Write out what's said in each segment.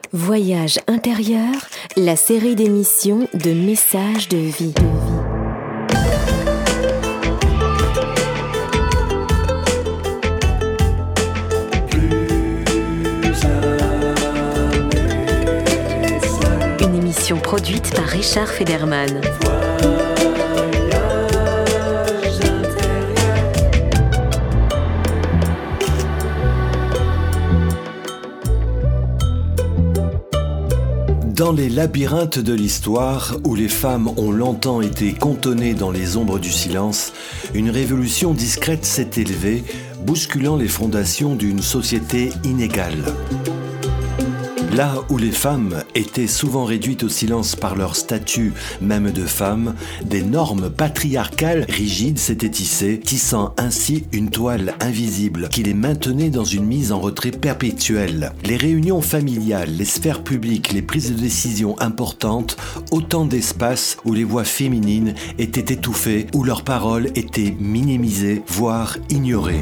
Voyage intérieur, la série d'émissions de messages de vie. Une émission produite par Richard Federman. Dans les labyrinthes de l'histoire, où les femmes ont longtemps été cantonnées dans les ombres du silence, une révolution discrète s'est élevée, bousculant les fondations d'une société inégale. Là où les femmes étaient souvent réduites au silence par leur statut même de femmes, des normes patriarcales rigides s'étaient tissées, tissant ainsi une toile invisible qui les maintenait dans une mise en retrait perpétuelle. Les réunions familiales, les sphères publiques, les prises de décision importantes, autant d'espaces où les voix féminines étaient étouffées, où leurs paroles étaient minimisées, voire ignorées.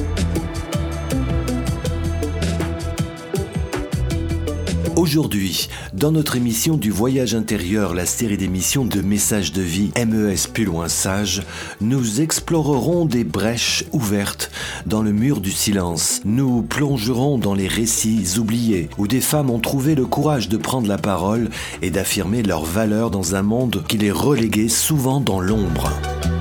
Aujourd'hui, dans notre émission du Voyage intérieur, la série d'émissions de messages de vie MES plus loin sage, nous explorerons des brèches ouvertes dans le mur du silence. Nous plongerons dans les récits oubliés, où des femmes ont trouvé le courage de prendre la parole et d'affirmer leurs valeurs dans un monde qui les reléguait souvent dans l'ombre.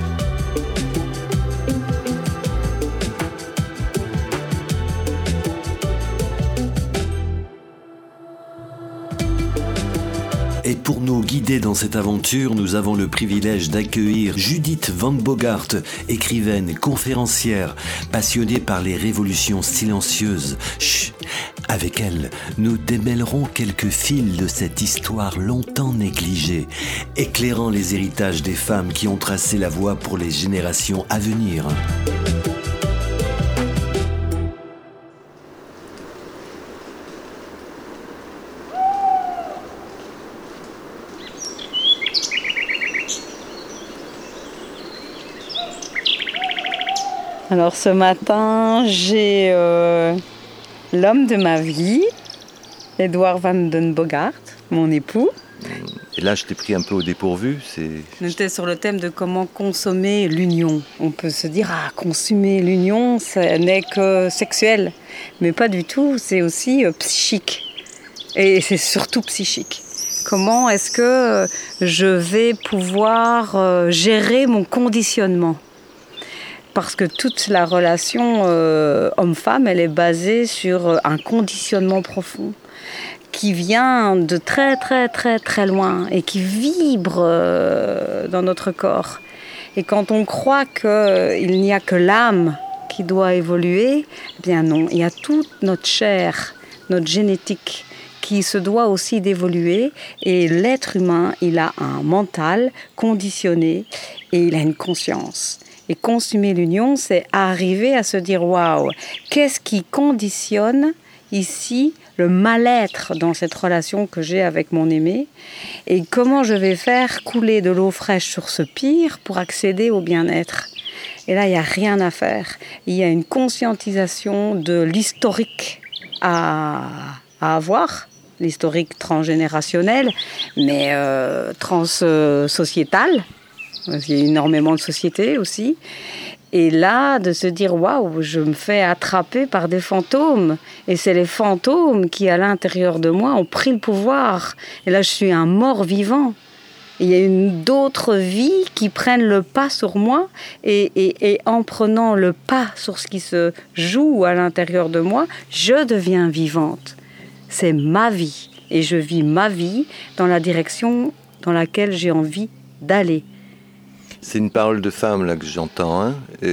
Et pour nous guider dans cette aventure, nous avons le privilège d'accueillir Judith Van Bogart, écrivaine, conférencière, passionnée par les révolutions silencieuses. Chut, avec elle, nous démêlerons quelques fils de cette histoire longtemps négligée, éclairant les héritages des femmes qui ont tracé la voie pour les générations à venir. Alors ce matin, j'ai l'homme de ma vie, Edouard Van den Bogart, mon époux. Et là, je t'ai pris un peu au dépourvu. J'étais sur le thème de comment consommer l'union. On peut se dire, consommer l'union, ce n'est que sexuel. Mais pas du tout, c'est aussi psychique. Et c'est surtout psychique. Comment est-ce que je vais pouvoir gérer mon conditionnement ? Parce que toute la relation homme-femme, elle est basée sur un conditionnement profond qui vient de très très très très loin et qui vibre dans notre corps. Et quand on croit qu'il n'y a que l'âme qui doit évoluer, eh bien non, il y a toute notre chair, notre génétique qui se doit aussi d'évoluer. Et l'être humain, il a un mental conditionné et il a une conscience. Et consommer l'union, c'est arriver à se dire « Waouh, qu'est-ce qui conditionne ici le mal-être dans cette relation que j'ai avec mon aimé et comment je vais faire couler de l'eau fraîche sur ce pire pour accéder au bien-être ?» Et là, il n'y a rien à faire. Il y a une conscientisation de l'historique à avoir, l'historique transgénérationnel, mais transsociétal. Il y a énormément de sociétés aussi. Et là, de se dire, waouh, je me fais attraper par des fantômes. Et c'est les fantômes qui, à l'intérieur de moi, ont pris le pouvoir. Et là, je suis un mort vivant. Et il y a d'autres vies qui prennent le pas sur moi. Et en prenant le pas sur ce qui se joue à l'intérieur de moi, je deviens vivante. C'est ma vie. Et je vis ma vie dans la direction dans laquelle j'ai envie d'aller. C'est une parole de femme là que j'entends.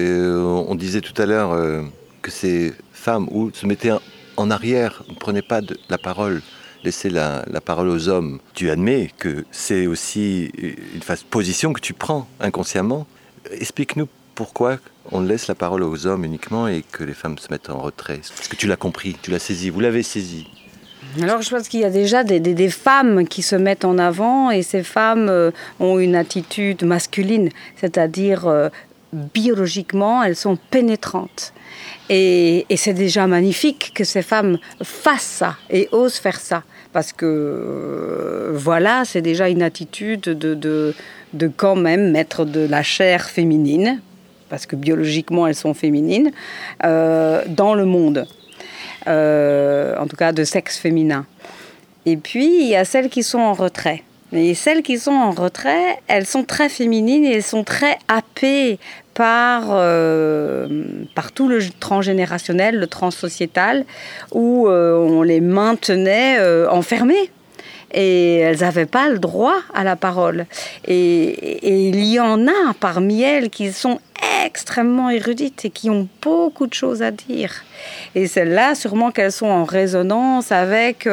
On disait tout à l'heure que ces femmes se mettaient en arrière, ne prenaient pas la parole, laissaient la parole aux hommes. Tu admets que c'est aussi une position que tu prends inconsciemment. Explique-nous pourquoi on laisse la parole aux hommes uniquement et que les femmes se mettent en retrait. Parce que tu l'as compris, tu l'as saisi, vous l'avez saisi. Alors je pense qu'il y a déjà des femmes qui se mettent en avant et ces femmes ont une attitude masculine, c'est-à-dire biologiquement elles sont pénétrantes. Et c'est déjà magnifique que ces femmes fassent ça et osent faire ça. Parce que voilà, c'est déjà une attitude de quand même mettre de la chair féminine, parce que biologiquement elles sont féminines, dans le monde. En tout cas de sexe féminin. Et puis il y a celles qui sont en retrait. Et celles qui sont en retrait, elles sont très féminines et elles sont très happées par tout le transgénérationnel, le transsociétal, où on les maintenait enfermées. Et elles n'avaient pas le droit à la parole. Et il y en a parmi elles qui sont extrêmement érudites et qui ont beaucoup de choses à dire. Et celles-là, sûrement qu'elles sont en résonance avec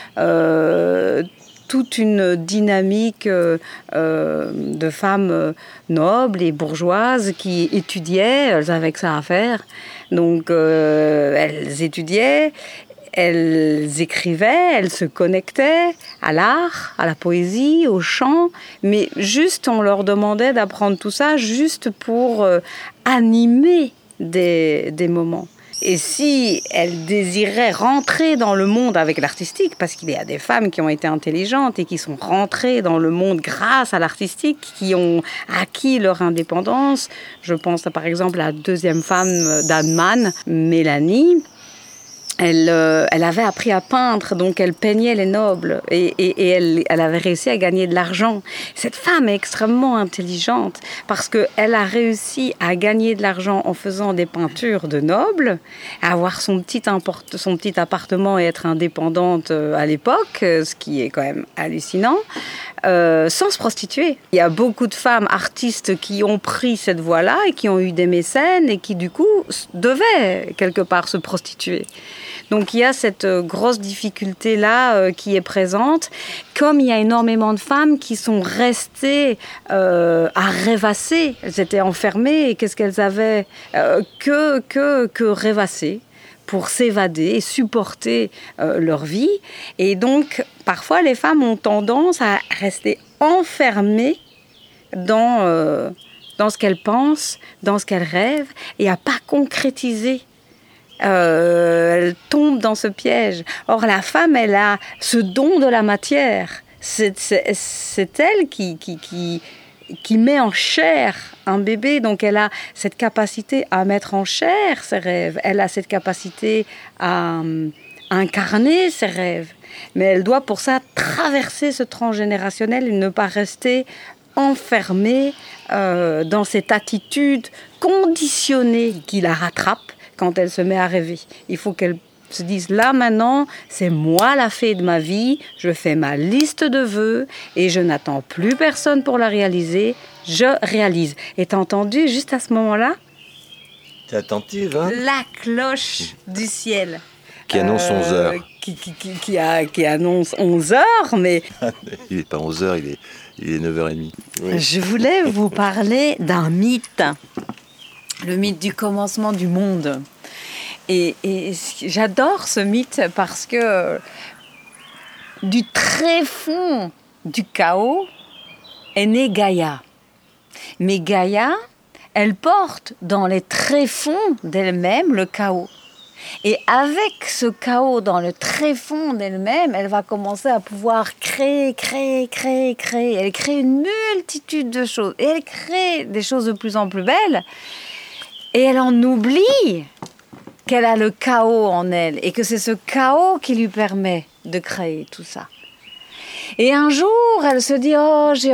toute une dynamique de femmes nobles et bourgeoises qui étudiaient, elles avaient que ça à faire. Donc elles étudiaient, elles écrivaient, elles se connectaient à l'art, à la poésie, au chant, mais juste on leur demandait d'apprendre tout ça juste pour animer des moments. Et si elles désiraient rentrer dans le monde avec l'artistique, parce qu'il y a des femmes qui ont été intelligentes et qui sont rentrées dans le monde grâce à l'artistique, qui ont acquis leur indépendance, je pense par exemple à la deuxième femme d'Anne Mann, Mélanie. Elle avait appris à peindre, donc elle peignait les nobles et elle avait réussi à gagner de l'argent. Cette femme est extrêmement intelligente parce qu'elle a réussi à gagner de l'argent en faisant des peintures de nobles, à avoir son petit appartement et être indépendante à l'époque, ce qui est quand même hallucinant. Sans se prostituer. Il y a beaucoup de femmes artistes qui ont pris cette voie-là et qui ont eu des mécènes et qui du coup devaient quelque part se prostituer. Donc il y a cette grosse difficulté-là qui est présente. Comme il y a énormément de femmes qui sont restées à rêvasser, elles étaient enfermées et qu'est-ce qu'elles avaient que rêvasser pour s'évader et supporter leur vie. Et donc, parfois, les femmes ont tendance à rester enfermées dans ce qu'elles pensent, dans ce qu'elles rêvent, et à ne pas concrétiser. Elles tombent dans ce piège. Or, la femme, elle a ce don de la matière. C'est elle qui met en chair un bébé, donc elle a cette capacité à mettre en chair ses rêves, elle a cette capacité à incarner ses rêves, mais elle doit pour ça traverser ce transgénérationnel et ne pas rester enfermée dans cette attitude conditionnée qui la rattrape quand elle se met à rêver. Il faut qu'elle se disent là maintenant, c'est moi la fée de ma vie, je fais ma liste de vœux et je n'attends plus personne pour la réaliser, je réalise. Et t'as entendu juste à ce moment-là ? T'es attentive, hein ? La cloche du ciel. Qui annonce 11 heures. Qui annonce 11 heures, mais... Il n'est pas 11 heures, il est 9h30. Oui. Je voulais vous parler d'un mythe. Le mythe du commencement du monde. Et j'adore ce mythe parce que du très fond du chaos est née Gaïa. Mais Gaïa, elle porte dans les tréfonds d'elle-même le chaos. Et avec ce chaos dans le tréfond d'elle-même, elle va commencer à pouvoir créer. Elle crée une multitude de choses. Et elle crée des choses de plus en plus belles. Et elle en oublie qu'elle a le chaos en elle et que c'est ce chaos qui lui permet de créer tout ça. Et un jour, elle se dit « Oh, j'ai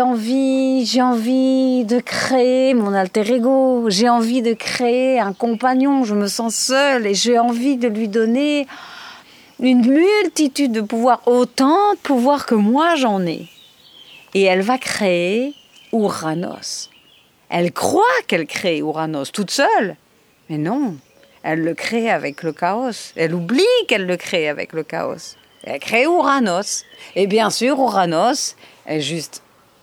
envie de créer mon alter ego, j'ai envie de créer un compagnon, je me sens seule et j'ai envie de lui donner une multitude de pouvoirs, autant de pouvoirs que moi j'en ai. » Et elle va créer Ouranos. Elle croit qu'elle crée Ouranos toute seule, mais non. Elle le crée avec le chaos. Elle oublie qu'elle le crée avec le chaos. Elle crée Ouranos. Et bien sûr, Ouranos est juste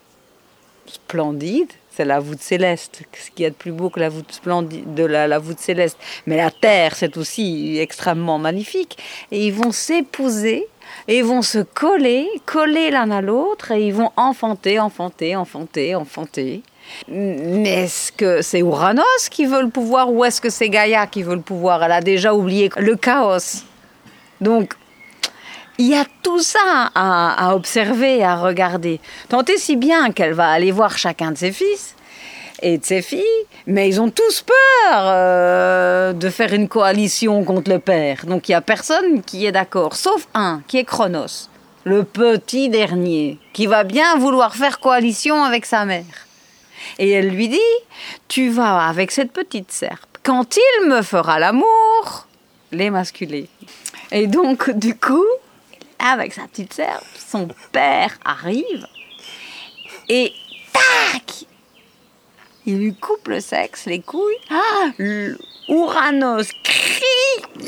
splendide. C'est la voûte céleste. Ce qu'il y a de plus beau que la voûte splendide, la voûte céleste. Mais la Terre, c'est aussi extrêmement magnifique. Et ils vont s'épouser. Et ils vont se coller l'un à l'autre. Et ils vont enfanter. Mais est-ce que c'est Ouranos qui veut le pouvoir ou est-ce que c'est Gaïa qui veut le pouvoir? Elle a déjà oublié le chaos. Donc, il y a tout ça à observer, à regarder. Tant et si bien qu'elle va aller voir chacun de ses fils et de ses filles, mais ils ont tous peur de faire une coalition contre le père. Donc, il n'y a personne qui est d'accord, sauf un, qui est Cronos, le petit dernier, qui va bien vouloir faire coalition avec sa mère. Et elle lui dit, tu vas avec cette petite serpe. Quand il me fera l'amour, l'émasculer. Et donc, du coup, avec sa petite serpe, son père arrive et tac, il lui coupe le sexe, les couilles. Ouranos crie,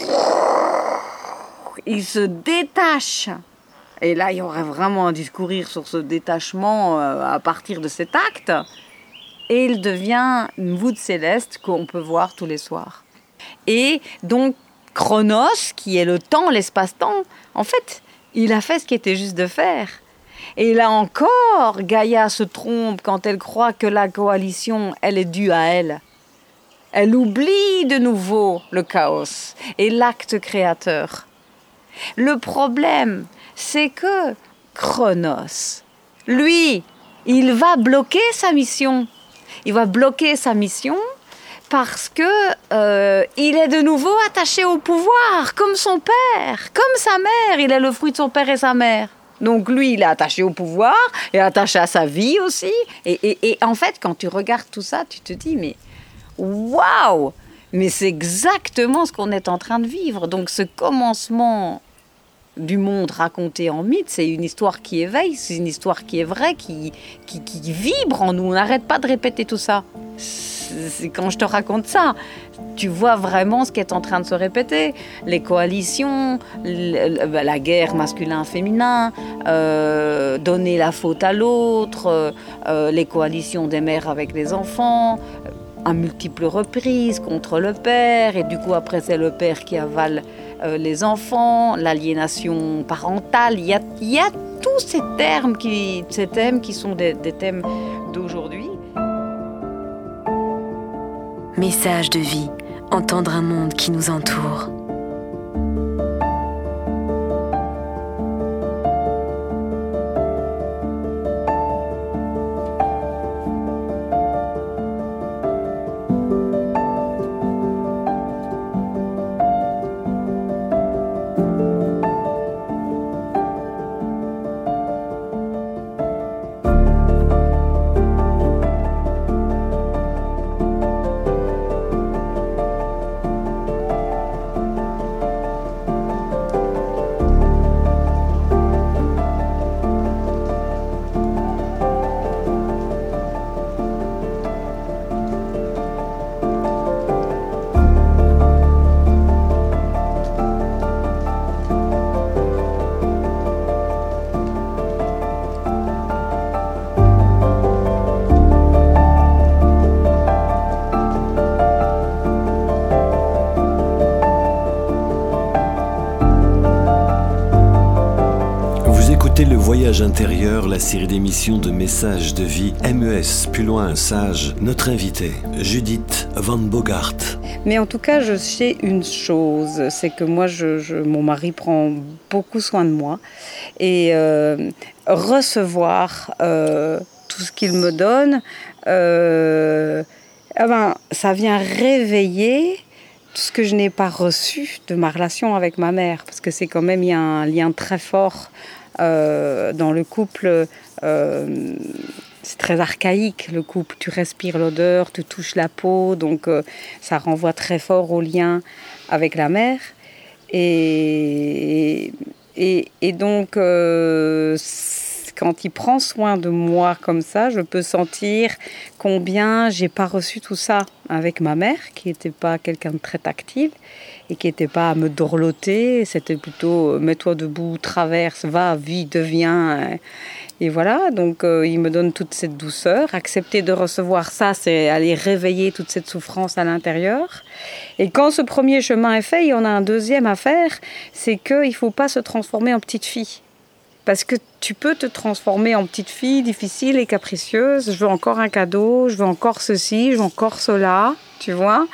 il se détache. Et là, il y aurait vraiment à discourir sur ce détachement à partir de cet acte. Et il devient une voûte céleste qu'on peut voir tous les soirs. Et donc, Cronos, qui est le temps, l'espace-temps, en fait, il a fait ce qui était juste de faire. Et là encore, Gaïa se trompe quand elle croit que la coalition, elle est due à elle. Elle oublie de nouveau le chaos et l'acte créateur. Le problème, c'est que Cronos, lui, il va bloquer sa mission. Il va bloquer sa mission parce que il est de nouveau attaché au pouvoir, comme son père, comme sa mère. Il est le fruit de son père et sa mère. Donc lui, il est attaché au pouvoir, et attaché à sa vie aussi. Et en fait, quand tu regardes tout ça, tu te dis, mais waouh! Mais c'est exactement ce qu'on est en train de vivre. Donc ce commencement du monde raconté en mythe, c'est une histoire qui éveille, c'est une histoire qui est vraie, qui vibre en nous. On n'arrête pas de répéter tout ça. C'est quand je te raconte ça, tu vois vraiment ce qui est en train de se répéter. Les coalitions, la guerre masculin-féminin, donner la faute à l'autre, les coalitions des mères avec les enfants, à multiples reprises contre le père, et du coup après c'est le père qui avale les enfants, l'aliénation parentale. Il y a tous ces thèmes qui sont des thèmes d'aujourd'hui. Message de vie, entendre un monde qui nous entoure. Le voyage intérieur, la série d'émissions de messages de vie, MES, plus loin un sage, notre invitée, Judith Van Bogart. Mais en tout cas, je sais une chose, c'est que moi, mon mari prend beaucoup soin de moi. Et recevoir tout ce qu'il me donne, ça vient réveiller tout ce que je n'ai pas reçu de ma relation avec ma mère. Parce que c'est quand même, il y a un lien très fort dans le couple. C'est très archaïque, le couple. Tu respires l'odeur, tu touches la peau, donc ça renvoie très fort au lien avec la mère. Et donc, quand il prend soin de moi comme ça, je peux sentir combien j'ai pas reçu tout ça avec ma mère, qui n'était pas quelqu'un de très tactile et qui n'était pas à me dorloter. C'était plutôt mets-toi debout, traverse, va, vis, deviens. Et voilà, donc il me donne toute cette douceur. Accepter de recevoir ça, c'est aller réveiller toute cette souffrance à l'intérieur. Et quand ce premier chemin est fait, il y en a un deuxième à faire, c'est qu'il ne faut pas se transformer en petite fille. Parce que tu peux te transformer en petite fille difficile et capricieuse. Je veux encore un cadeau, je veux encore ceci, je veux encore cela, tu vois.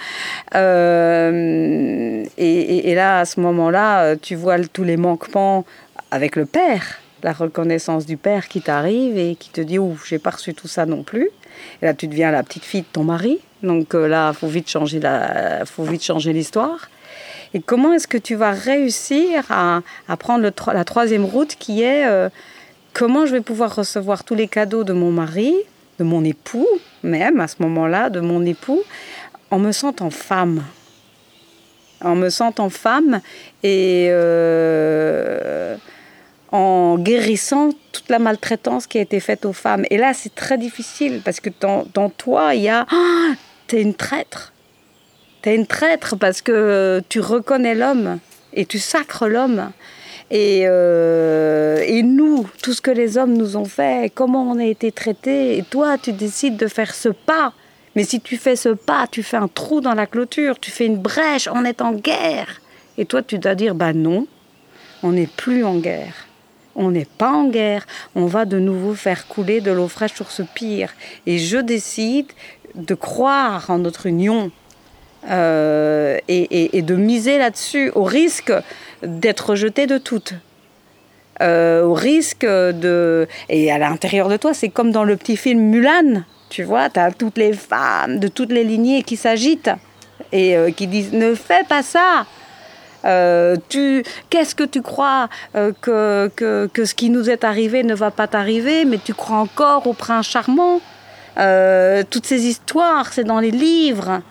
Et là, à ce moment-là, tu vois tous les manquements avec le père, la reconnaissance du père qui t'arrive et qui te dit « Ouf, j'ai pas reçu tout ça non plus ». Et là, tu deviens la petite fille de ton mari. Donc là, faut vite changer l'histoire. Et comment est-ce que tu vas réussir à prendre la troisième route qui est comment je vais pouvoir recevoir tous les cadeaux de mon mari, de mon époux, même à ce moment-là, de mon époux, en me sentant femme. En me sentant femme et en guérissant toute la maltraitance qui a été faite aux femmes. Et là, c'est très difficile parce que dans toi, il y a... Oh, t'es une traître. T'es une traître parce que tu reconnais l'homme et tu sacres l'homme. Et nous, tout ce que les hommes nous ont fait, comment on a été traités, et toi, tu décides de faire ce pas. Mais si tu fais ce pas, tu fais un trou dans la clôture, tu fais une brèche, on est en guerre. Et toi, tu dois dire, non, on n'est plus en guerre. On n'est pas en guerre, on va de nouveau faire couler de l'eau fraîche sur ce pire. Et je décide de croire en notre union et de miser là-dessus, au risque d'être rejeté de toutes. Au risque de... Et à l'intérieur de toi, c'est comme dans le petit film Mulan, tu vois, tu as toutes les femmes de toutes les lignées qui s'agitent et qui disent « Ne fais pas ça !» Qu'est-ce que tu crois que ce qui nous est arrivé ne va pas t'arriver, mais tu crois encore au prince charmant. Toutes ces histoires, c'est dans les livres.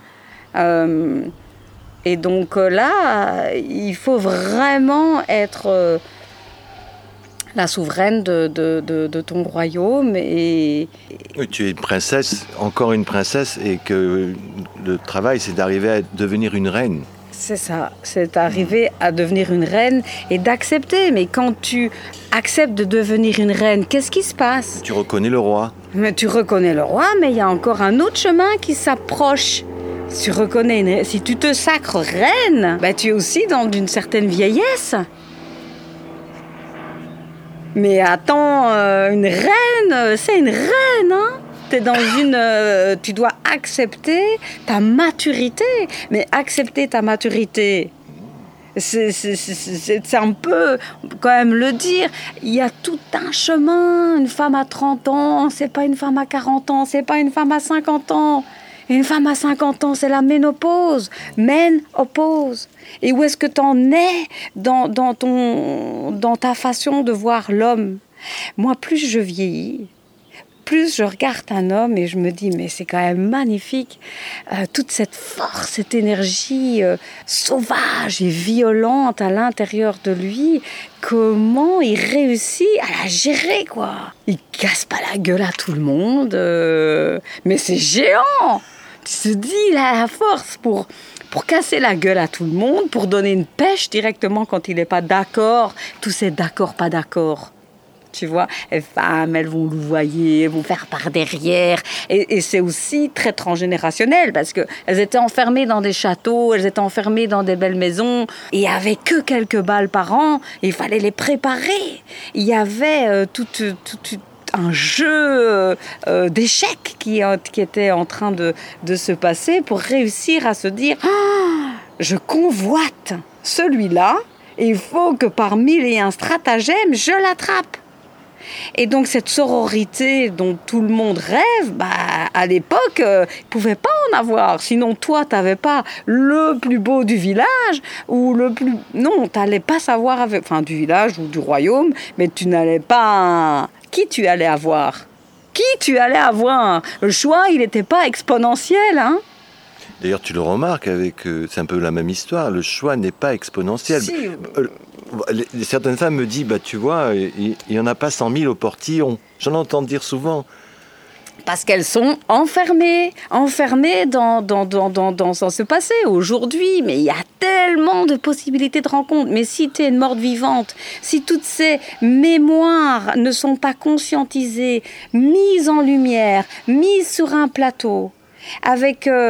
Et donc là, il faut vraiment être la souveraine de ton royaume. Oui, tu es une princesse, encore une princesse, et que le travail, c'est d'arriver à devenir une reine. C'est ça, c'est arriver à devenir une reine et d'accepter. Mais quand tu acceptes de devenir une reine, qu'est-ce qui se passe ? Tu reconnais le roi. Mais tu reconnais le roi, mais il y a encore un autre chemin qui s'approche. Si tu te sacres reine, tu es aussi dans une certaine vieillesse. Mais attends, une reine, c'est une reine, hein ? Tu dois accepter ta maturité. Mais accepter ta maturité, c'est un peu, quand même le dire, il y a tout un chemin. Une femme à 30 ans, c'est pas une femme à 40 ans, c'est pas une femme à 50 ans. Une femme à 50 ans, c'est la ménopause. Ménopause. Et où est-ce que tu en es dans ta façon de voir l'homme ? Moi, plus je vieillis, plus je regarde un homme et je me dis, mais c'est quand même magnifique, toute cette force, cette énergie sauvage et violente à l'intérieur de lui, comment il réussit à la gérer, quoi. Il casse pas la gueule à tout le monde, mais c'est géant. Tu te dis, il a la force pour casser la gueule à tout le monde, pour donner une pêche directement quand il n'est pas d'accord, tous ces d'accord, pas d'accord. Tu vois, les femmes, elles vont louvoyer, elles vont faire par derrière. Et c'est aussi très transgénérationnel parce qu'elles étaient enfermées dans des châteaux, elles étaient enfermées dans des belles maisons. Et il n'y avait que quelques balles par an. Il fallait les préparer. Il y avait tout un jeu d'échecs qui était en train de se passer pour réussir à se dire « Je convoite celui-là, il faut que par 1001 stratagèmes, je l'attrape ». Et donc cette sororité dont tout le monde rêve, à l'époque, ils ne pouvaient pas en avoir. Sinon, toi, tu n'avais pas le plus beau du village ou le plus... Non, tu n'allais pas savoir, du village ou du royaume, mais tu n'allais pas... Qui tu allais avoir ? Le choix, il n'était pas exponentiel, hein ? D'ailleurs, tu le remarques, c'est un peu la même histoire, le choix n'est pas exponentiel. Si. Certaines femmes me disent, tu vois, il n'y en a pas 100 000 au portillon. J'en entends dire souvent. Parce qu'elles sont enfermées dans ce passé, aujourd'hui. Mais il y a tellement de possibilités de rencontres. Mais si tu es une morte vivante, si toutes ces mémoires ne sont pas conscientisées, mises en lumière, mises sur un plateau, avec qui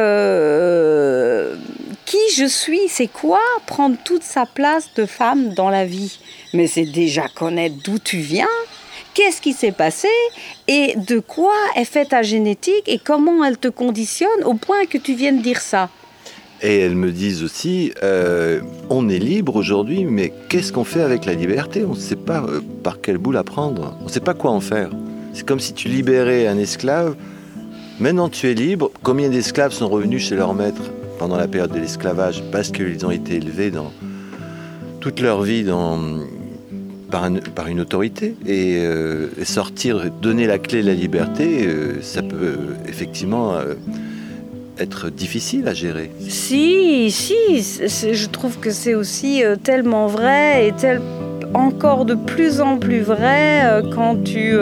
je suis, c'est quoi prendre toute sa place de femme dans la vie. Mais c'est déjà connaître d'où tu viens, qu'est-ce qui s'est passé et de quoi est faite ta génétique et comment elle te conditionne au point que tu viennes dire ça. Et elles me disent aussi, on est libre aujourd'hui, mais qu'est-ce qu'on fait avec la liberté ? On ne sait pas par quel bout la prendre, on ne sait pas quoi en faire. C'est comme si tu libérais un esclave, maintenant tu es libre. Combien d'esclaves sont revenus chez leur maître pendant la période de l'esclavage parce qu'ils ont été élevés dans toute leur vie par une autorité et sortir, donner la clé de la liberté, ça peut effectivement être difficile à gérer. Si, je trouve que c'est aussi tellement vrai et encore de plus en plus vrai quand tu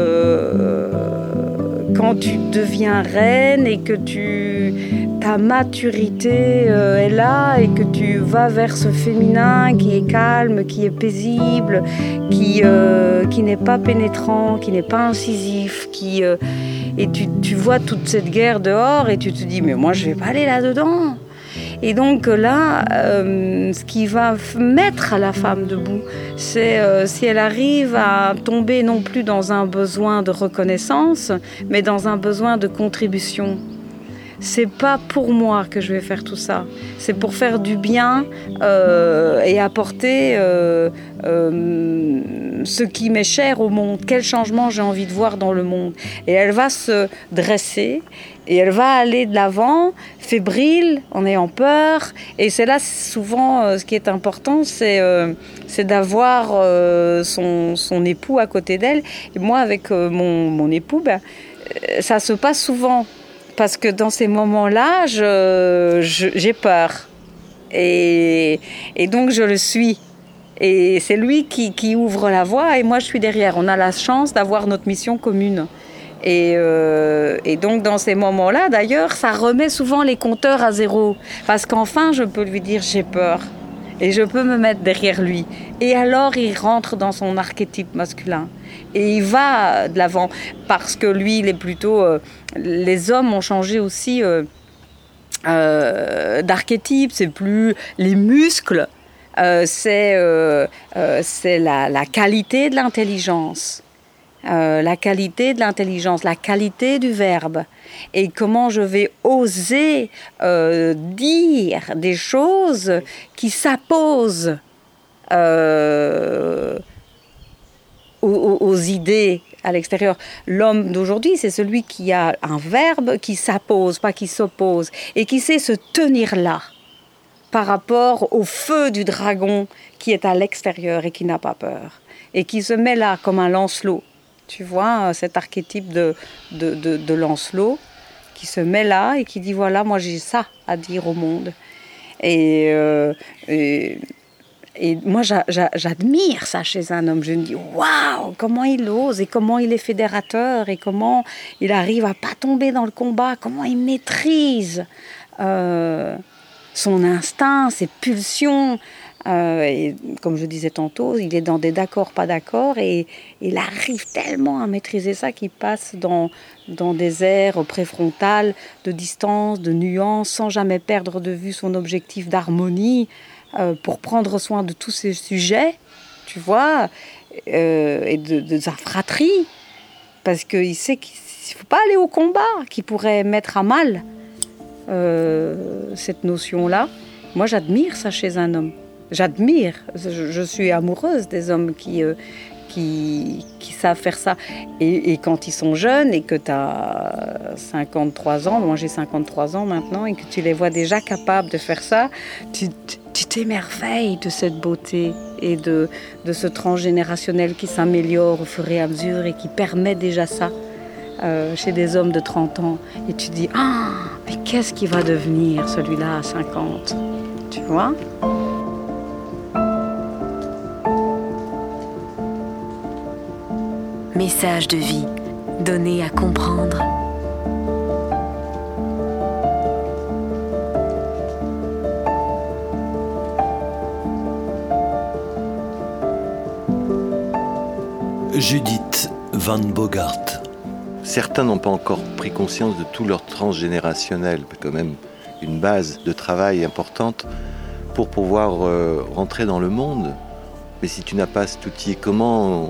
deviens reine et que ta maturité est là et que tu vas vers ce féminin qui est calme, qui est paisible, qui n'est pas pénétrant, qui n'est pas incisif, et tu vois toute cette guerre dehors et tu te dis mais moi je vais pas aller là-dedans. Et donc là, ce qui va mettre la femme debout, c'est si elle arrive à tomber non plus dans un besoin de reconnaissance, mais dans un besoin de contribution. C'est pas pour moi que je vais faire tout ça. C'est pour faire du bien et apporter ce qui m'est cher au monde. Quel changement j'ai envie de voir dans le monde. Et elle va se dresser et elle va aller de l'avant, fébrile, en ayant peur. Et c'est là souvent ce qui est important, c'est d'avoir son époux à côté d'elle. Et moi, avec mon époux, ça se passe souvent. Parce que dans ces moments-là, j'ai peur. Et donc, je le suis. Et c'est lui qui ouvre la voie et moi, je suis derrière. On a la chance d'avoir notre mission commune. Et donc, dans ces moments-là, d'ailleurs, ça remet souvent les compteurs à zéro. Parce qu'enfin, je peux lui dire « j'ai peur ». Et je peux me mettre derrière lui. Et alors, il rentre dans son archétype masculin. Et il va de l'avant. Parce que lui, il est plutôt... les hommes ont changé aussi d'archétype. C'est plus les muscles. C'est la qualité de l'intelligence. La qualité de l'intelligence, la qualité du verbe. Et comment je vais oser dire des choses qui s'apposent aux idées à l'extérieur. L'homme d'aujourd'hui, c'est celui qui a un verbe qui s'appose, pas qui s'oppose, et qui sait se tenir là par rapport au feu du dragon qui est à l'extérieur et qui n'a pas peur, et qui se met là comme un Lancelot. Tu vois, cet archétype de Lancelot qui se met là et qui dit, voilà, moi j'ai ça à dire au monde. Et moi, j'admire ça chez un homme. Je me dis, waouh, comment il ose et comment il est fédérateur et comment il arrive à pas tomber dans le combat, comment il maîtrise son instinct, ses pulsions. Et comme je disais tantôt, il est dans des d'accord, pas d'accord, et il arrive tellement à maîtriser ça qu'il passe dans des aires préfrontales de distance, de nuances, sans jamais perdre de vue son objectif d'harmonie, pour prendre soin de tous ces sujets, tu vois, et de sa fratrie, parce qu'il sait qu'il ne faut pas aller au combat, qui pourrait mettre à mal cette notion-là. Moi, j'admire ça chez un homme. J'admire, je suis amoureuse des hommes qui savent faire ça. Et quand ils sont jeunes et que tu as 53 ans, moi j'ai 53 ans maintenant, et que tu les vois déjà capables de faire ça, tu t'émerveilles de cette beauté et de ce transgénérationnel qui s'améliore au fur et à mesure et qui permet déjà ça chez des hommes de 30 ans. Et tu dis, mais qu'est-ce qui va devenir celui-là à 50 ? Tu vois ? Message de vie, donné à comprendre. Judith Van Bogart. certains n'ont pas encore pris conscience de tout leur transgénérationnel, quand même une base de travail importante pour pouvoir rentrer dans le monde. Mais si tu n'as pas cet outil, comment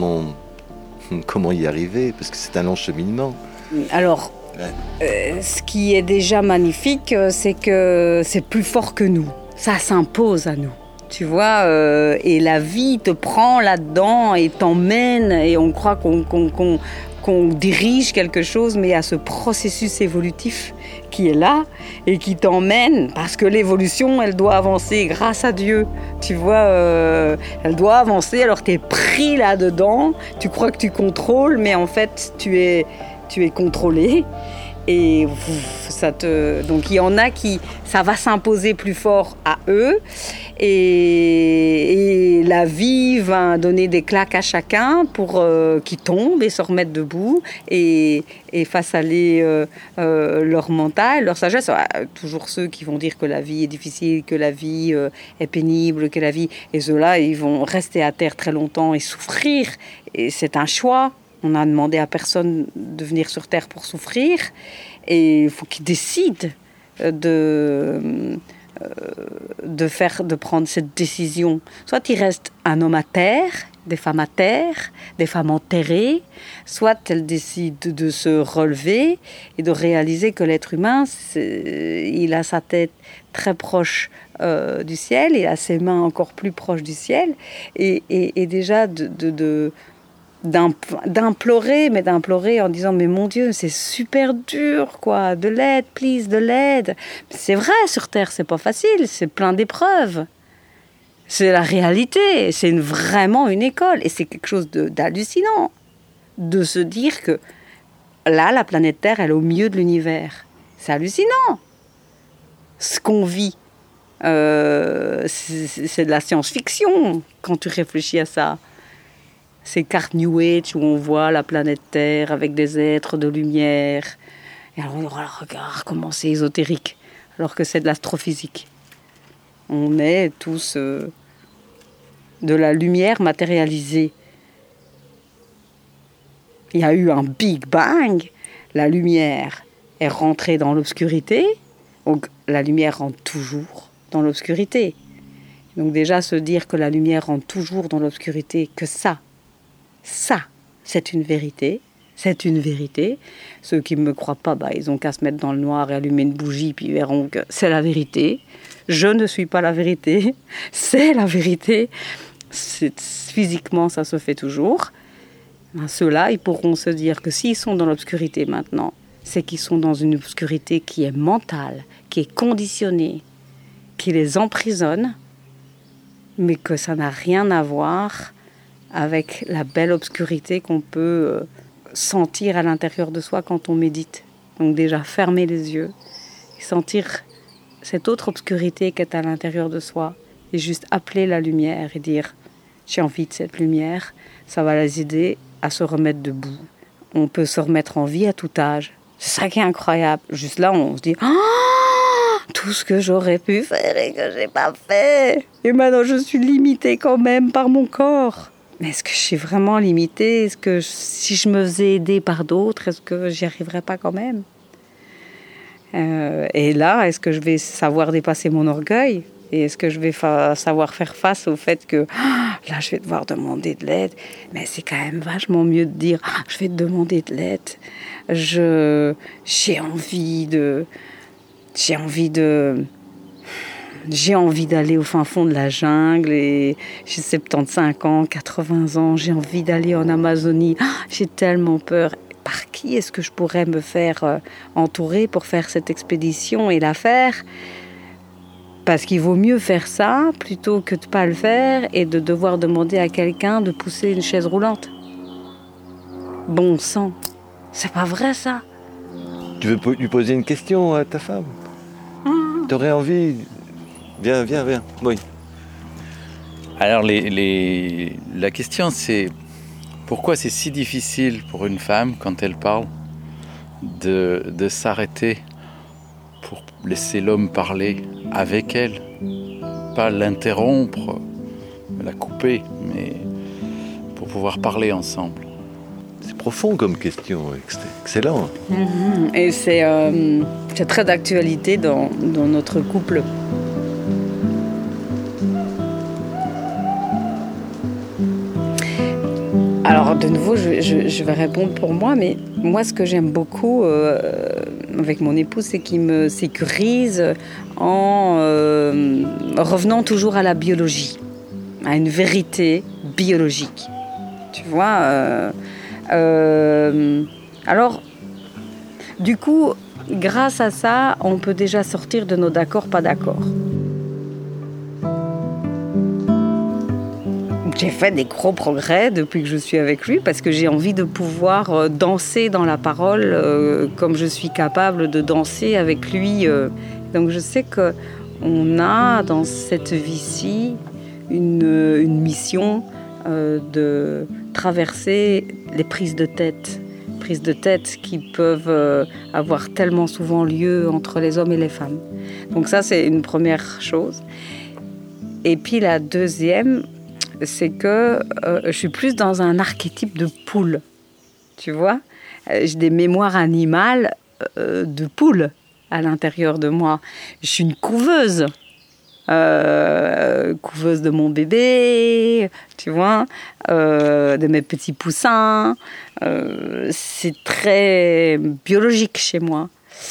y arriver? Parce que c'est un long cheminement. Alors, ce qui est déjà magnifique, c'est que c'est plus fort que nous. Ça s'impose à nous. Tu vois, et la vie te prend là-dedans et t'emmène, et on croit qu'on dirige quelque chose, mais il y a ce processus évolutif qui est là et qui t'emmène, parce que l'évolution, elle doit avancer grâce à Dieu. Tu vois, elle doit avancer, alors tu es pris là-dedans, tu crois que tu contrôles, mais en fait, tu es contrôlé. Et donc il y en a qui, ça va s'imposer plus fort à eux, et la vie va donner des claques à chacun pour qu'ils tombent et se remettent debout et fassent aller leur mental, leur sagesse. Toujours ceux qui vont dire que la vie est difficile, que la vie est pénible, que la vie... Et ceux-là, ils vont rester à terre très longtemps et souffrir. Et c'est un choix. On n'a demandé à personne de venir sur Terre pour souffrir. Et il faut qu'ils décident de prendre cette décision. Soit il reste un homme à terre, des femmes à terre, des femmes enterrées, soit elles décident de se relever et de réaliser que l'être humain, il a sa tête très proche du ciel, il a ses mains encore plus proches du ciel, et déjà d'implorer en disant mais mon Dieu, c'est super dur quoi, de l'aide, please, de l'aide. C'est vrai, sur Terre c'est pas facile, c'est plein d'épreuves, c'est la réalité, c'est vraiment une école, et c'est quelque chose d'hallucinant de se dire que là la planète Terre elle est au milieu de l'univers. C'est hallucinant ce qu'on vit. C'est de la science-fiction quand tu réfléchis à ça. Ces cartes New Age où on voit la planète Terre avec des êtres de lumière. Et alors, regarde comment c'est ésotérique, alors que c'est de l'astrophysique. On est tous de la lumière matérialisée. Il y a eu un Big Bang, la lumière est rentrée dans l'obscurité, donc la lumière rentre toujours dans l'obscurité. Donc déjà se dire que la lumière rentre toujours dans l'obscurité, que ça, c'est une vérité. C'est une vérité. Ceux qui ne me croient pas, ils ont qu'à se mettre dans le noir et allumer une bougie, puis ils verront que c'est la vérité. Je ne suis pas la vérité. C'est la vérité. Physiquement, ça se fait toujours. Ceux-là, ils pourront se dire que s'ils sont dans l'obscurité maintenant, c'est qu'ils sont dans une obscurité qui est mentale, qui est conditionnée, qui les emprisonne, mais que ça n'a rien à voir avec la belle obscurité qu'on peut sentir à l'intérieur de soi quand on médite. Donc déjà, fermer les yeux et sentir cette autre obscurité qui est à l'intérieur de soi et juste appeler la lumière et dire « j'ai envie de cette lumière », ça va les aider à se remettre debout. On peut se remettre en vie à tout âge. C'est ça qui est incroyable. Juste là, on se dit « ah, tout ce que j'aurais pu faire et que j'ai pas fait. Et maintenant, je suis limitée quand même par mon corps. » Mais est-ce que je suis vraiment limitée? Est-ce que si je me faisais aider par d'autres, est-ce que j'y arriverais pas quand même? Et là, est-ce que je vais savoir dépasser mon orgueil? Et est-ce que je vais savoir faire face au fait que là, je vais devoir demander de l'aide? Mais c'est quand même vachement mieux de dire je vais te demander de l'aide. J'ai envie d'aller au fin fond de la jungle et j'ai 75 ans, 80 ans, j'ai envie d'aller en Amazonie. J'ai tellement peur. Par qui est-ce que je pourrais me faire entourer pour faire cette expédition et la faire? Parce qu'il vaut mieux faire ça plutôt que de ne pas le faire et de devoir demander à quelqu'un de pousser une chaise roulante. Bon sang, c'est pas vrai ça. Tu veux lui poser une question à ta femme? T'aurais envie? Viens. Oui. Alors, la question, c'est pourquoi c'est si difficile pour une femme, quand elle parle, de s'arrêter pour laisser l'homme parler avec elle. Pas l'interrompre, la couper, mais pour pouvoir parler ensemble. C'est profond comme question, excellent. Et c'est très d'actualité dans notre couple. Alors de nouveau, je vais répondre pour moi, mais moi ce que j'aime beaucoup avec mon époux, c'est qu'il me sécurise en revenant toujours à la biologie, à une vérité biologique. Tu vois alors, du coup, grâce à ça, on peut déjà sortir de nos d'accord, pas d'accord. J'ai fait des gros progrès depuis que je suis avec lui parce que j'ai envie de pouvoir danser dans la parole comme je suis capable de danser avec lui. Donc je sais qu'on a dans cette vie-ci une mission de traverser les prises de tête qui peuvent avoir tellement souvent lieu entre les hommes et les femmes. Donc ça, c'est une première chose. Et puis la deuxième, c'est que je suis plus dans un archétype de poule, tu vois. J'ai des mémoires animales de poule à l'intérieur de moi. Je suis une couveuse. Couveuse de mon bébé, tu vois, de mes petits poussins. C'est très biologique chez moi.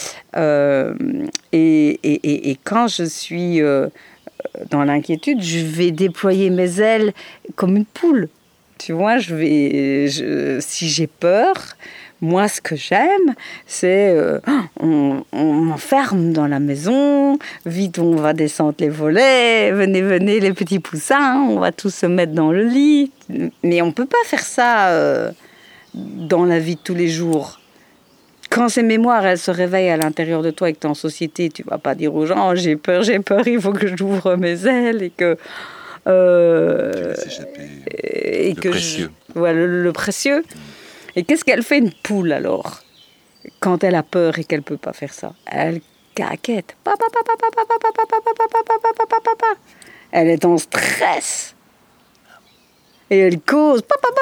Et quand je suis dans l'inquiétude, je vais déployer mes ailes comme une poule. Tu vois, si j'ai peur, moi, ce que j'aime, c'est on m'enferme dans la maison, vite on va descendre les volets, venez les petits poussins, on va tous se mettre dans le lit. Mais on ne peut pas faire ça dans la vie de tous les jours. Quand ces mémoires, elles se réveillent à l'intérieur de toi et que tu es en société, tu ne vas pas dire aux gens oh, j'ai peur, il faut que j'ouvre mes ailes et que... et que précieux. Voilà, le précieux. Et qu'est-ce qu'elle fait une poule alors quand elle a peur et qu'elle ne peut pas faire ça? Elle caquette. Elle est en stress. Et elle cause.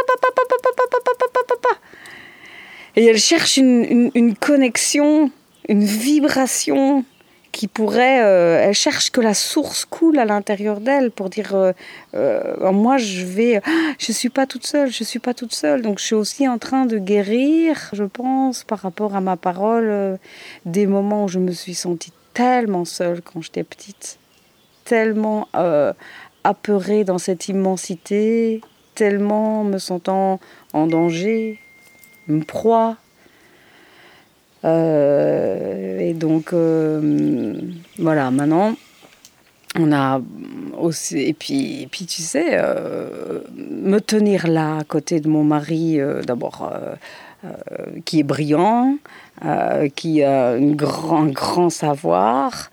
Et elle cherche une connexion, une vibration qui pourrait... elle cherche que la source coule à l'intérieur d'elle pour dire moi je suis pas toute seule. Donc je suis aussi en train de guérir, je pense, par rapport à ma parole, des moments où je me suis sentie tellement seule quand j'étais petite, tellement apeurée dans cette immensité, tellement me sentant en danger, une proie. Et donc voilà, maintenant on a aussi et puis tu sais me tenir là à côté de mon mari d'abord qui est brillant, qui a un grand savoir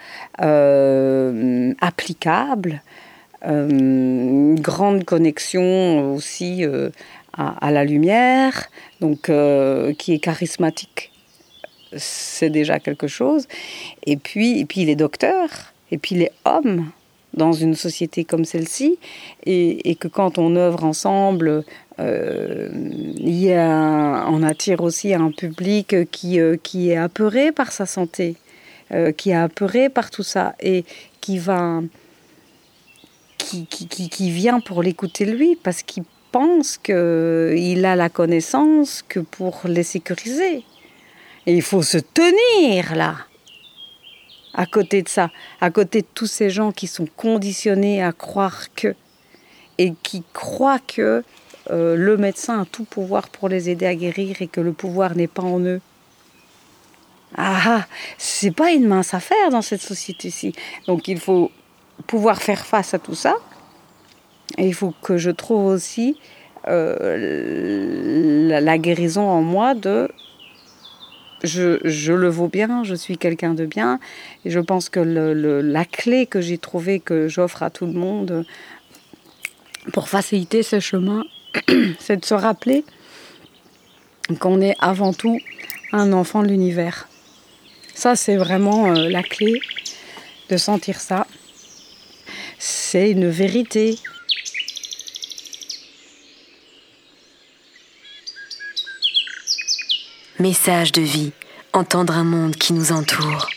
applicable, une grande connexion aussi à la lumière, donc qui est charismatique. C'est déjà quelque chose. Et puis il est docteur, et puis il est homme dans une société comme celle-ci, et que quand on œuvre ensemble, on attire aussi un public qui est apeuré par sa santé, qui est apeuré par tout ça, et qui vient pour l'écouter lui, parce qu'il pense qu'il a la connaissance que pour les sécuriser. Et il faut se tenir là, à côté de ça, à côté de tous ces gens qui sont conditionnés à croire que, et qui croient que le médecin a tout pouvoir pour les aider à guérir et que le pouvoir n'est pas en eux. C'est pas une mince affaire dans cette société-ci. Donc il faut pouvoir faire face à tout ça. Et il faut que je trouve aussi la guérison en moi de... Je le vaux bien, je suis quelqu'un de bien, et je pense que la clé que j'ai trouvée, que j'offre à tout le monde pour faciliter ce chemin, c'est de se rappeler qu'on est avant tout un enfant de l'univers. Ça, c'est vraiment la clé de sentir ça. C'est une vérité. Message de vie, entendre un monde qui nous entoure.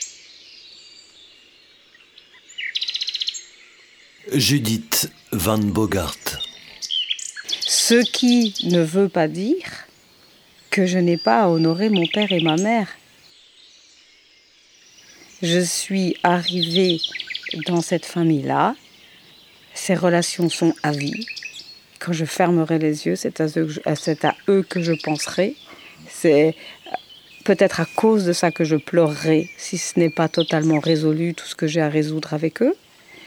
Judith Van Bogart. Ce qui ne veut pas dire que je n'ai pas honoré mon père et ma mère. Je suis arrivée dans cette famille-là. Ces relations sont à vie. Quand je fermerai les yeux, c'est à eux que je penserai. C'est peut-être à cause de ça que je pleurerai, si ce n'est pas totalement résolu tout ce que j'ai à résoudre avec eux.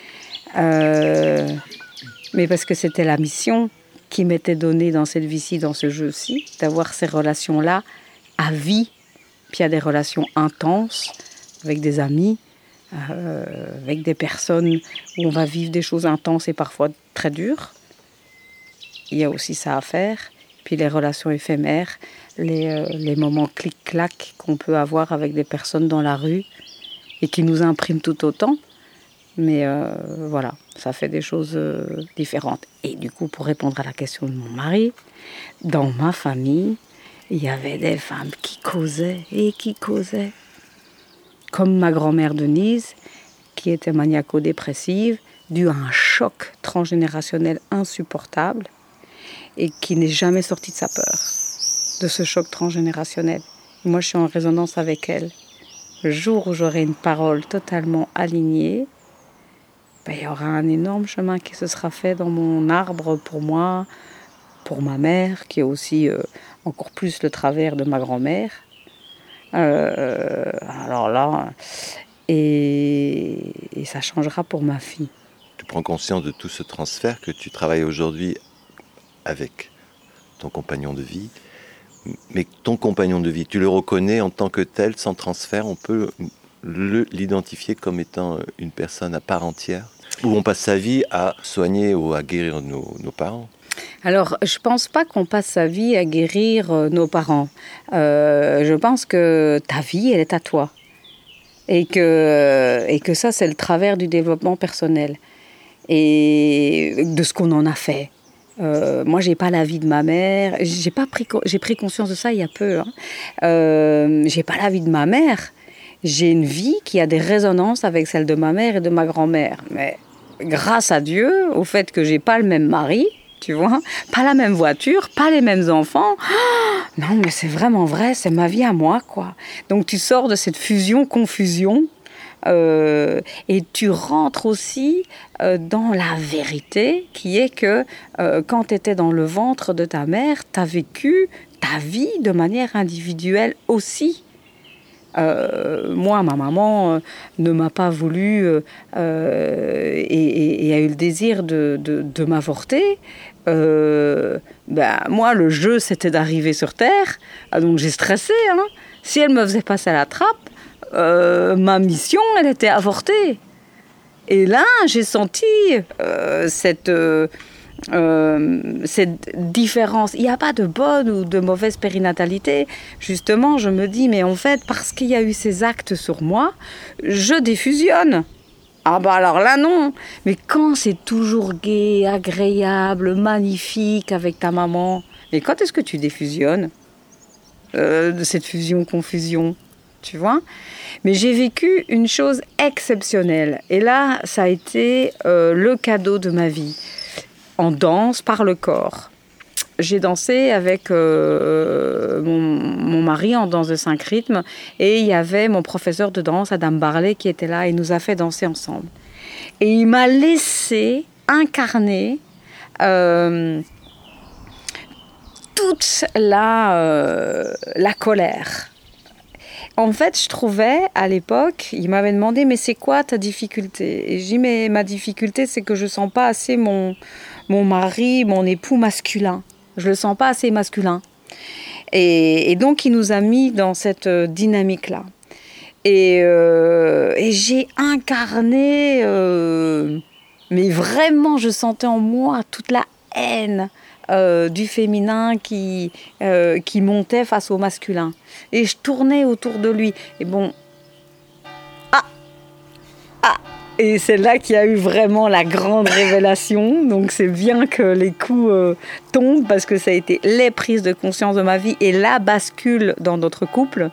Mais parce que c'était la mission qui m'était donnée dans cette vie-ci, dans ce jeu-ci, d'avoir ces relations-là à vie. Puis il y a des relations intenses avec des amis, avec des personnes où on va vivre des choses intenses et parfois très dures. Il y a aussi ça à faire. Puis les relations éphémères, les moments clic-clac qu'on peut avoir avec des personnes dans la rue et qui nous impriment tout autant. Mais voilà, ça fait des choses différentes. Et du coup, pour répondre à la question de mon mari, dans ma famille, il y avait des femmes qui causaient et qui causaient. Comme ma grand-mère Denise, qui était maniaco-dépressive, dû à un choc transgénérationnel insupportable et qui n'est jamais sortie de sa peur, de ce choc transgénérationnel. Moi, je suis en résonance avec elle. Le jour où j'aurai une parole totalement alignée, il y aura un énorme chemin qui se sera fait dans mon arbre pour moi, pour ma mère, qui est aussi encore plus le travers de ma grand-mère. Alors là, et ça changera pour ma fille. Tu prends conscience de tout ce transfert que tu travailles aujourd'hui avec ton compagnon de vie. Mais ton compagnon de vie, tu le reconnais en tant que tel, sans transfert, on peut l'identifier comme étant une personne à part entière, où on passe sa vie à soigner ou à guérir nos parents. Alors, je pense pas qu'on passe sa vie à guérir nos parents. Je pense que ta vie, elle est à toi. Et que ça, c'est le travers du développement personnel. Et de ce qu'on en a fait. Moi, j'ai pas la vie de ma mère. J'ai pris conscience de ça il y a peu. J'ai pas la vie de ma mère. J'ai une vie qui a des résonances avec celle de ma mère et de ma grand-mère. Mais grâce à Dieu, au fait que j'ai pas le même mari, tu vois, pas la même voiture, pas les mêmes enfants. Oh, non, mais c'est vraiment vrai, c'est ma vie à moi, quoi. Donc tu sors de cette fusion-confusion et tu rentres aussi dans la vérité qui est que quand tu étais dans le ventre de ta mère, tu as vécu ta vie de manière individuelle aussi. Moi, ma maman ne m'a pas voulu et a eu le désir de m'avorter. Moi, le jeu, c'était d'arriver sur Terre. Donc, j'ai stressé. Si elle me faisait passer à la trappe, ma mission, elle était avortée. Et là, j'ai senti cette différence. Il n'y a pas de bonne ou de mauvaise périnatalité. Justement, je me dis, mais en fait, parce qu'il y a eu ces actes sur moi, je défusionne. Ah bah alors là, non. Mais quand c'est toujours gai, agréable, magnifique avec ta maman, mais quand est-ce que tu défusionnes de cette fusion-confusion, tu vois ? Mais j'ai vécu une chose exceptionnelle. Et là, ça a été le cadeau de ma vie. En danse, par le corps. J'ai dansé avec mon mari en danse de 5 rythmes et il y avait mon professeur de danse, Adam Barley, qui était là et nous a fait danser ensemble. Et il m'a laissé incarner toute la colère. En fait, je trouvais, à l'époque, il m'avait demandé « Mais c'est quoi ta difficulté ?» Et j'ai dit « Mais ma difficulté, c'est que je ne sens pas assez mon mari, mon époux masculin. Je ne le sens pas assez masculin. » Et donc, il nous a mis dans cette dynamique-là. Et j'ai incarné, mais vraiment, je sentais en moi toute la haine du féminin qui montait face au masculin. Et je tournais autour de lui. Et bon, Et c'est là qu'il y a eu vraiment la grande révélation. Donc c'est bien que les coups tombent parce que ça a été les prises de conscience de ma vie et la bascule dans notre couple.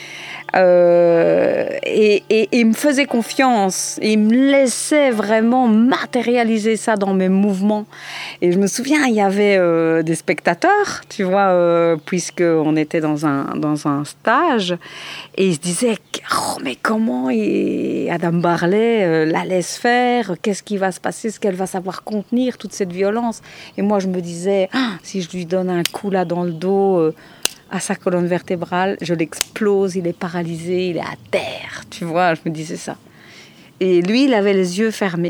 Et il me faisait confiance, il me laissait vraiment matérialiser ça dans mes mouvements. Et je me souviens, il y avait des spectateurs, tu vois, puisqu'on était dans un stage, et ils se disaient oh, mais comment Adam Barley la laisse faire, qu'est-ce qui va se passer, est-ce qu'elle va savoir contenir toute cette violence. Et moi je me disais si je lui donne un coup là dans le dos à sa colonne vertébrale, je l'explose, il est paralysé, il est à terre, tu vois, je me disais ça. Et lui, il avait les yeux fermés.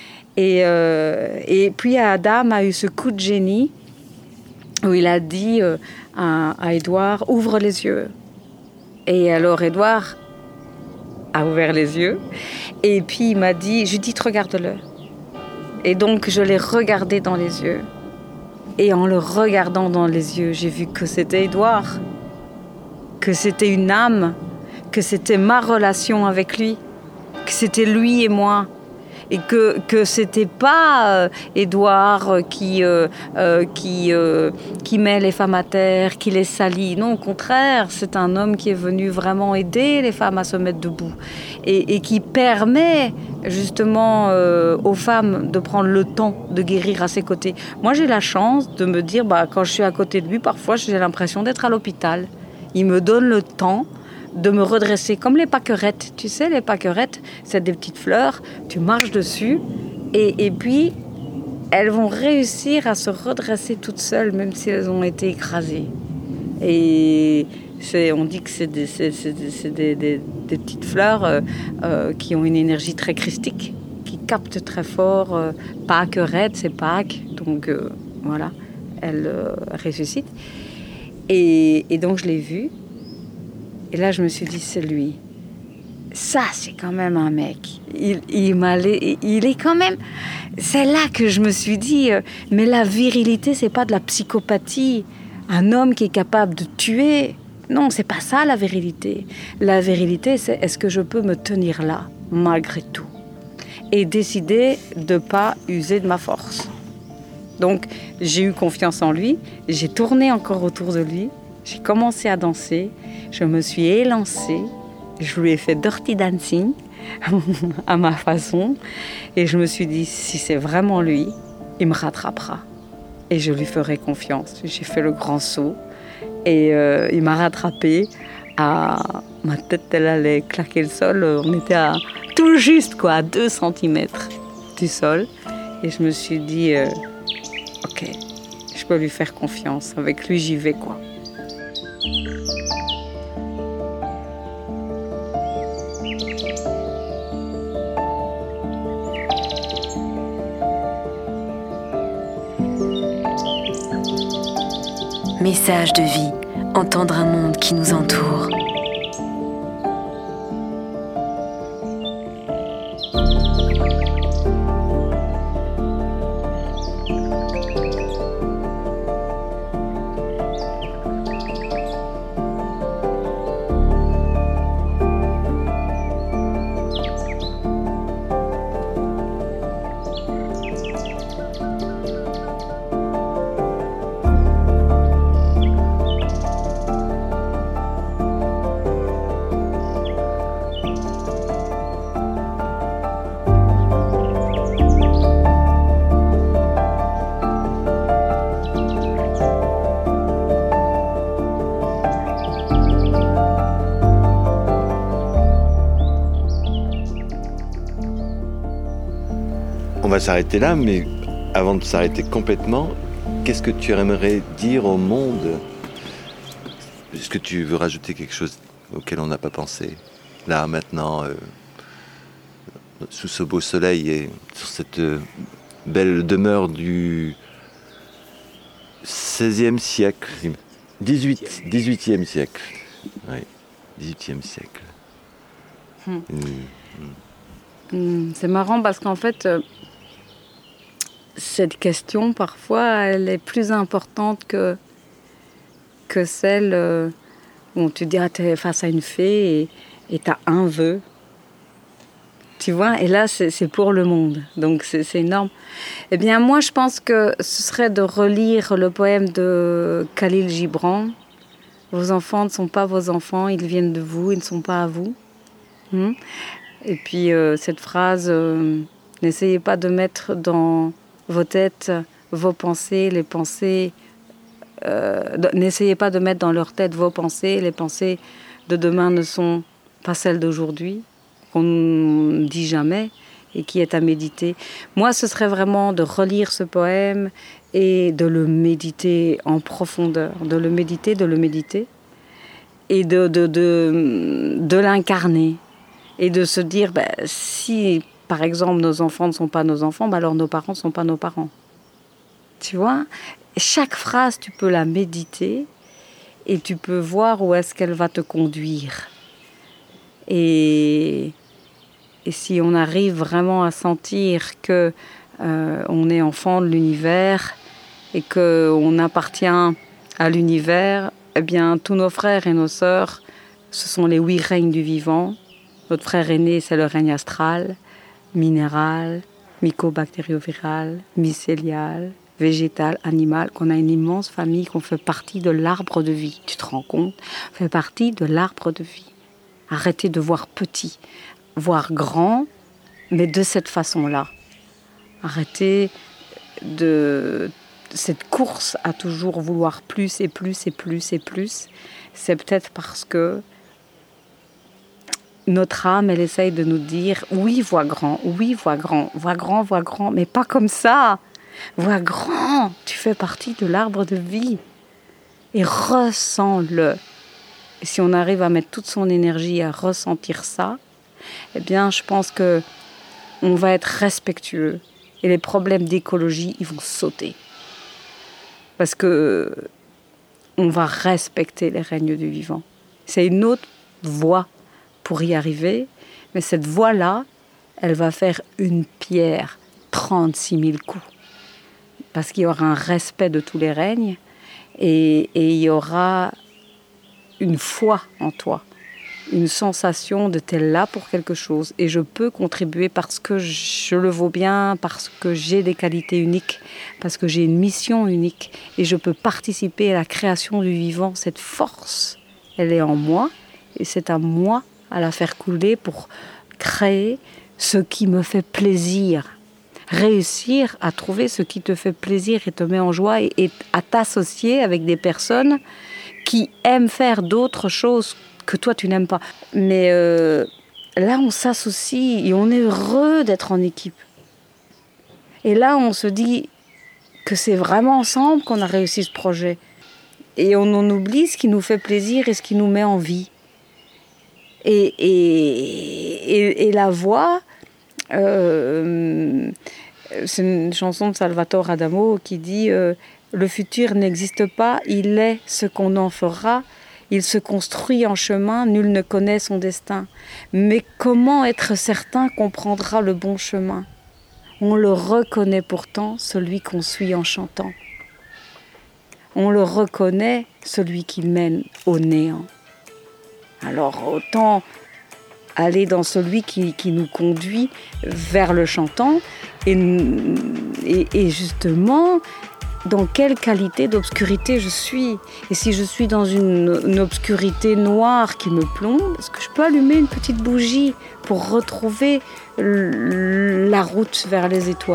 Et puis Adam a eu ce coup de génie où il a dit à Édouard, ouvre les yeux. Et alors Édouard a ouvert les yeux, et puis il m'a dit, Judith, regarde-le. Et donc je l'ai regardé dans les yeux. Et en le regardant dans les yeux, j'ai vu que c'était Édouard, que c'était une âme, que c'était ma relation avec lui, que c'était lui et moi. Et que c'était pas Édouard qui met les femmes à terre, qui les salit. Non, au contraire, c'est un homme qui est venu vraiment aider les femmes à se mettre debout et qui permet justement aux femmes de prendre le temps de guérir à ses côtés. Moi, j'ai la chance de me dire, quand je suis à côté de lui, parfois j'ai l'impression d'être à l'hôpital. Il me donne le temps de me redresser, comme les pâquerettes. Tu sais, les pâquerettes, c'est des petites fleurs, tu marches dessus, et puis elles vont réussir à se redresser toutes seules, même si elles ont été écrasées. Et on dit que c'est des petites fleurs qui ont une énergie très christique, qui captent très fort. Pâquerette, c'est Pâques, donc voilà, elles ressuscitent. Et donc je l'ai vue. Et là, je me suis dit, c'est lui. Ça, c'est quand même un mec. Il est quand même... C'est là que je me suis dit, mais la virilité, c'est pas de la psychopathie. Un homme qui est capable de tuer. Non, c'est pas ça, la virilité. La virilité, c'est est-ce que je peux me tenir là, malgré tout, et décider de pas user de ma force. Donc, j'ai eu confiance en lui. J'ai tourné encore autour de lui. J'ai commencé à danser. Je me suis élancée, je lui ai fait dirty dancing à ma façon, et je me suis dit, si c'est vraiment lui, il me rattrapera et je lui ferai confiance. J'ai fait le grand saut et il m'a rattrapée. Ma tête, elle allait claquer le sol. On était tout juste à 2 cm du sol, et je me suis dit, ok, je peux lui faire confiance. Avec lui, j'y vais quoi. Message de vie, entendre un monde qui nous entoure. On va s'arrêter là, mais avant de s'arrêter complètement, qu'est-ce que tu aimerais dire au monde ? Est-ce que tu veux rajouter quelque chose auquel on n'a pas pensé ? Là, maintenant, sous ce beau soleil et sur cette belle demeure du XVIe siècle, 18e siècle. Oui, 18e siècle. C'est marrant parce qu'en fait, cette question, parfois, elle est plus importante que celle où tu dis, tu es face à une fée et tu as un vœu. Tu vois, et là, c'est pour le monde. Donc, c'est énorme. Eh bien, moi, je pense que ce serait de relire le poème de Khalil Gibran. Vos enfants ne sont pas vos enfants, ils viennent de vous, ils ne sont pas à vous. Et puis, cette phrase, n'essayez pas de mettre dans vos têtes vos pensées, les pensées... n'essayez pas de mettre dans leur tête vos pensées. Les pensées de demain ne sont pas celles d'aujourd'hui. Qu'on ne dit jamais et qui est à méditer. Moi, ce serait vraiment de relire ce poème et de le méditer en profondeur, de le méditer et de l'incarner et de se dire, si par exemple nos enfants ne sont pas nos enfants, alors nos parents ne sont pas nos parents. Tu vois, chaque phrase, tu peux la méditer et tu peux voir où est-ce qu'elle va te conduire. Et si on arrive vraiment à sentir que on est enfant de l'univers et qu'on appartient à l'univers, eh bien, tous nos frères et nos sœurs, ce sont les 8 règnes du vivant. Notre frère aîné, c'est le règne astral, minéral, mycobactérioviral, mycélial, végétal, animal, qu'on a une immense famille, qu'on fait partie de l'arbre de vie. Tu te rends compte ? On fait partie de l'arbre de vie. Arrêtez de voir petit, voir grand, mais de cette façon-là. Arrêtez de cette course à toujours vouloir plus et plus et plus et plus. C'est peut-être parce que notre âme, elle essaye de nous dire, oui, vois grand, vois grand, mais pas comme ça. Vois grand, tu fais partie de l'arbre de vie. Et ressens-le. Et si on arrive à mettre toute son énergie à ressentir ça, eh bien, je pense que on va être respectueux. Et les problèmes d'écologie, ils vont sauter. Parce que on va respecter les règnes du vivant. C'est une autre voie pour y arriver. Mais cette voie-là, elle va faire une pierre 36 000 coups. Parce qu'il y aura un respect de tous les règnes et il y aura une foi en toi, une sensation de t'es là pour quelque chose et je peux contribuer parce que je le vaux bien, parce que j'ai des qualités uniques, parce que j'ai une mission unique et je peux participer à la création du vivant. Cette force, elle est en moi et c'est à moi à la faire couler pour créer ce qui me fait plaisir. Réussir à trouver ce qui te fait plaisir et te met en joie et à t'associer avec des personnes qui aiment faire d'autres choses que toi tu n'aimes pas. Mais là on s'associe et on est heureux d'être en équipe. Et là on se dit que c'est vraiment ensemble qu'on a réussi ce projet. Et on en oublie ce qui nous fait plaisir et ce qui nous met en vie. Et la voix... c'est une chanson de Salvatore Adamo qui dit le futur n'existe pas, il est ce qu'on en fera, il se construit en chemin, nul ne connaît son destin. Mais comment être certain qu'on prendra le bon chemin ? On le reconnaît pourtant, celui qu'on suit en chantant. On le reconnaît, celui qui mène au néant. Alors autant aller dans celui qui nous conduit vers le chantant et justement dans quelle qualité d'obscurité je suis. Et si je suis dans une obscurité noire qui me plombe, est-ce que je peux allumer une petite bougie pour retrouver la route vers les étoiles ?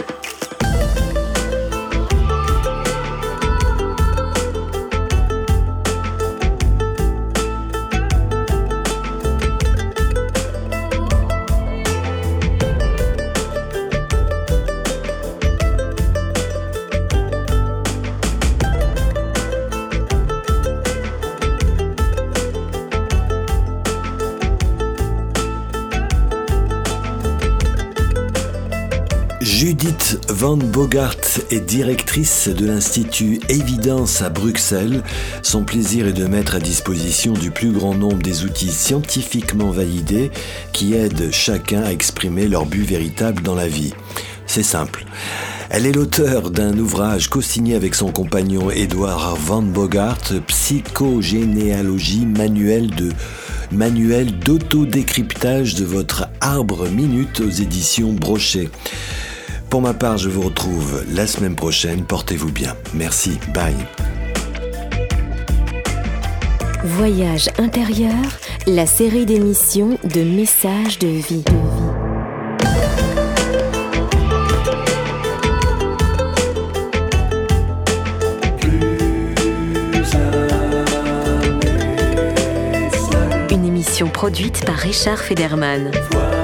Judith Van Bogart est directrice de l'Institut Évidence à Bruxelles. Son plaisir est de mettre à disposition du plus grand nombre des outils scientifiquement validés qui aident chacun à exprimer leur but véritable dans la vie. C'est simple. Elle est l'auteure d'un ouvrage co-signé avec son compagnon Edouard Van Bogart, Psychogénéalogie, manuel de manuel d'auto-décryptage de votre arbre minute aux éditions Brochet. Pour ma part, je vous retrouve la semaine prochaine. Portez-vous bien. Merci. Bye. Voyage intérieur, la série d'émissions de messages de vie. Une émission produite par Richard Federman.